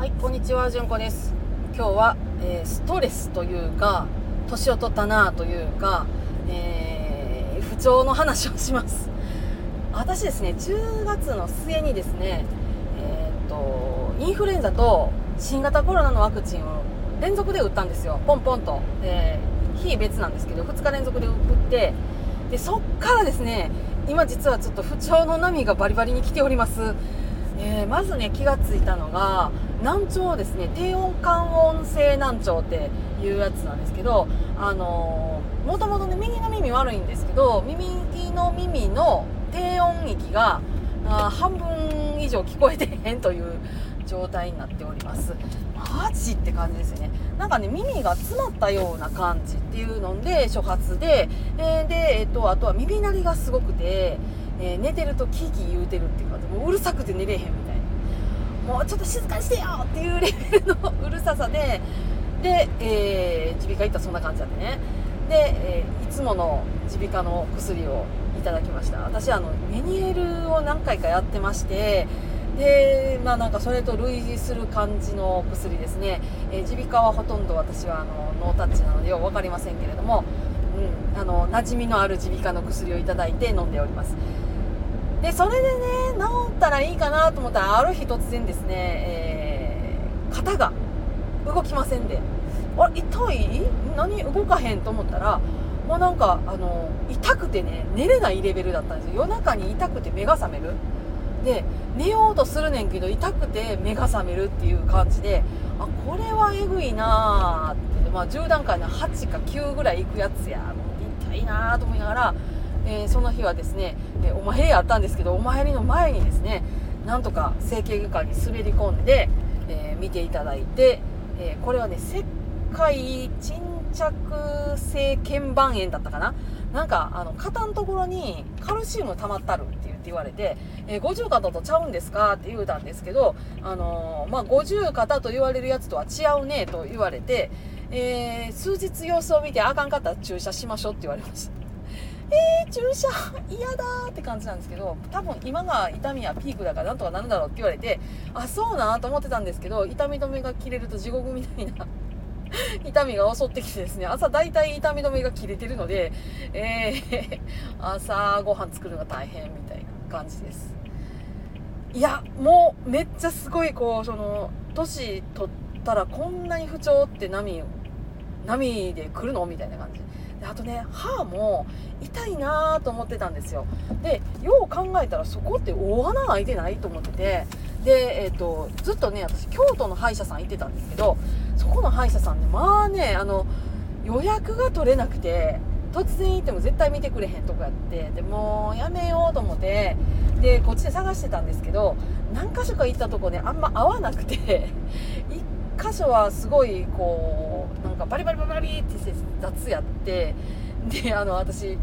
はい、こんにちは、じゅんこです。今日は、ストレスというか年を取ったなというか、不調の話をします。私ですね、10月の末にですね、インフルエンザと新型コロナのワクチンを連続で打ったんですよ。ポンポンと、日別なんですけど2日連続で打って、でそっからですね、今実はちょっと不調の波がバリバリに来ております。まずね、気がついたのが難聴ですね。低音感音性難聴っていうやつなんですけど、もともとね、右の耳悪いんですけど、右の耳の低音域が半分以上聞こえてへんという状態になっております。マジって感じですよね。なんかね、耳が詰まったような感じっていうので初発で、あとは耳鳴りがすごくて、寝てるとキーキー言うてるっていうか、もううるさくて寝れへんみたいな、もうちょっと静かにしてよっていうレベルのうるささで、耳鼻科行ったらそんな感じだってね。で、いつもの耳鼻科の薬をいただきました。私メニエルを何回かやってまして、でなんかそれと類似する感じの薬ですね。耳鼻科はほとんど私はノータッチなのでよく分かりませんけれども、馴染みのある耳鼻科の薬をいただいて飲んでおります。でそれでね、治ったらいいかなと思ったら、ある日突然ですね、肩が動きませんで、痛い？何動かへんと思ったら、もうなんか痛くてね、寝れないレベルだったんですよ。夜中に痛くて目が覚める。で寝ようとするねんけど痛くて目が覚めるっていう感じで、これはえぐいなーって、10段階の8か9ぐらいいくやつや、痛いなーと思いながら、その日はですね、お参りあったんですけど、お参りの前にですね、なんとか整形外科に滑り込んで、見ていただいて、これはね、石灰沈着性腱板炎だったかな。なんか肩のところにカルシウム溜まったるって言われて、五十肩とちゃうんですかって言うたんですけど、五十肩と言われるやつとは違うねと言われて、数日様子を見てあかんかったら注射しましょうって言われました。注射嫌だーって感じなんですけど、多分今が痛みはピークだからなんとかなるだろうって言われて、そうなと思ってたんですけど、痛み止めが切れると地獄みたいな痛みが襲ってきてですね、朝だいたい痛み止めが切れてるので、朝ご飯作るのが大変みたいな感じです。いや、もうめっちゃすごい、年取ったらこんなに不調って波で来るのみたいな感じで、あとね、歯も痛いなと思ってたんですよ。でよう考えたらそこって大穴開いてないと思ってて、で、ずっとね、私京都の歯医者さん行ってたんですけど、そこの歯医者さんね、予約が取れなくて、突然行っても絶対見てくれへんとこやって、でもうやめようと思って、でこっちで探してたんですけど、何箇所か行ったとこね、あんま合わなくて1箇所はすごいなんかバリバリバリバリって雑やって、で私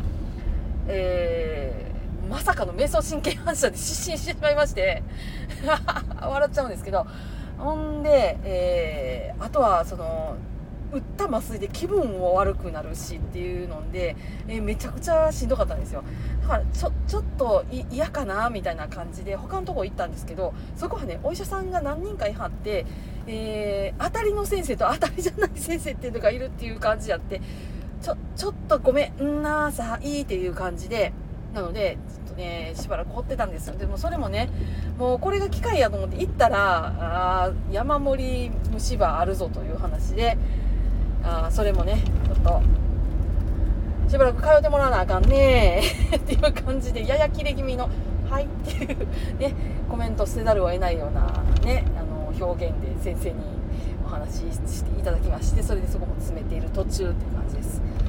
まさかの迷走神経反射で失神してしまいまして笑っちゃうんですけど、ほんで、あとは打った麻酔で気分も悪くなるしっていうので、めちゃくちゃしんどかったんですよ。だからちょっと嫌かなみたいな感じで他のとこ行ったんですけど、そこはね、お医者さんが何人かいはって、当たりの先生と当たりじゃない先生っていうのがいるっていう感じやって、ちょっとごめんなさいっていう感じで、なのでちょっとね、しばらく掘ってたんですよ。でもそれもね、もうこれが機会やと思って行ったら、山盛り虫歯あるぞという話で、それもね、ちょっとしばらく通ってもらわなあかんねっていう感じで、やや切れ気味のはいっていうね、コメント捨てざるを得ないようなね、表現で先生にお話ししていただきまして、それでそこも詰めている途中っていう感じです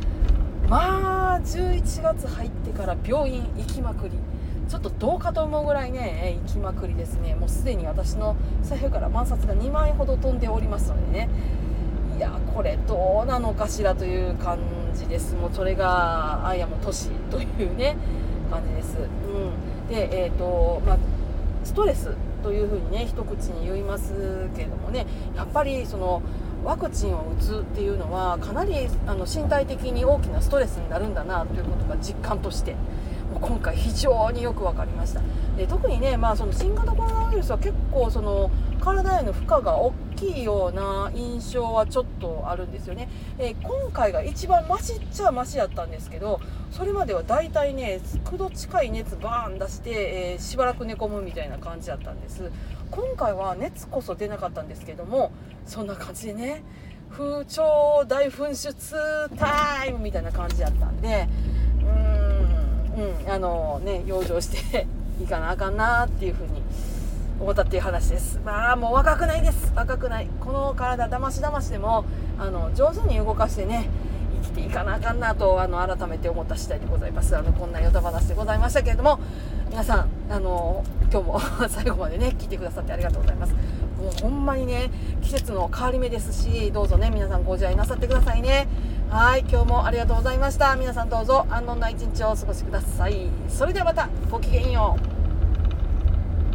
。11月入ってから病院行きまくり、ちょっとどうかと思うぐらいね、行きまくりですね。もうすでに私の財布から万札が2万円ほど飛んでおりますのでね、いやこれどうなのかしらという感じです。もうそれがやも年というね感じです。でストレスというふうにね、一口に言いますけれどもね、やっぱりワクチンを打つっていうのはかなり身体的に大きなストレスになるんだなということが実感としてもう今回非常によく分かりました。で特にね、その新型コロナウイルスは結構体への負荷が大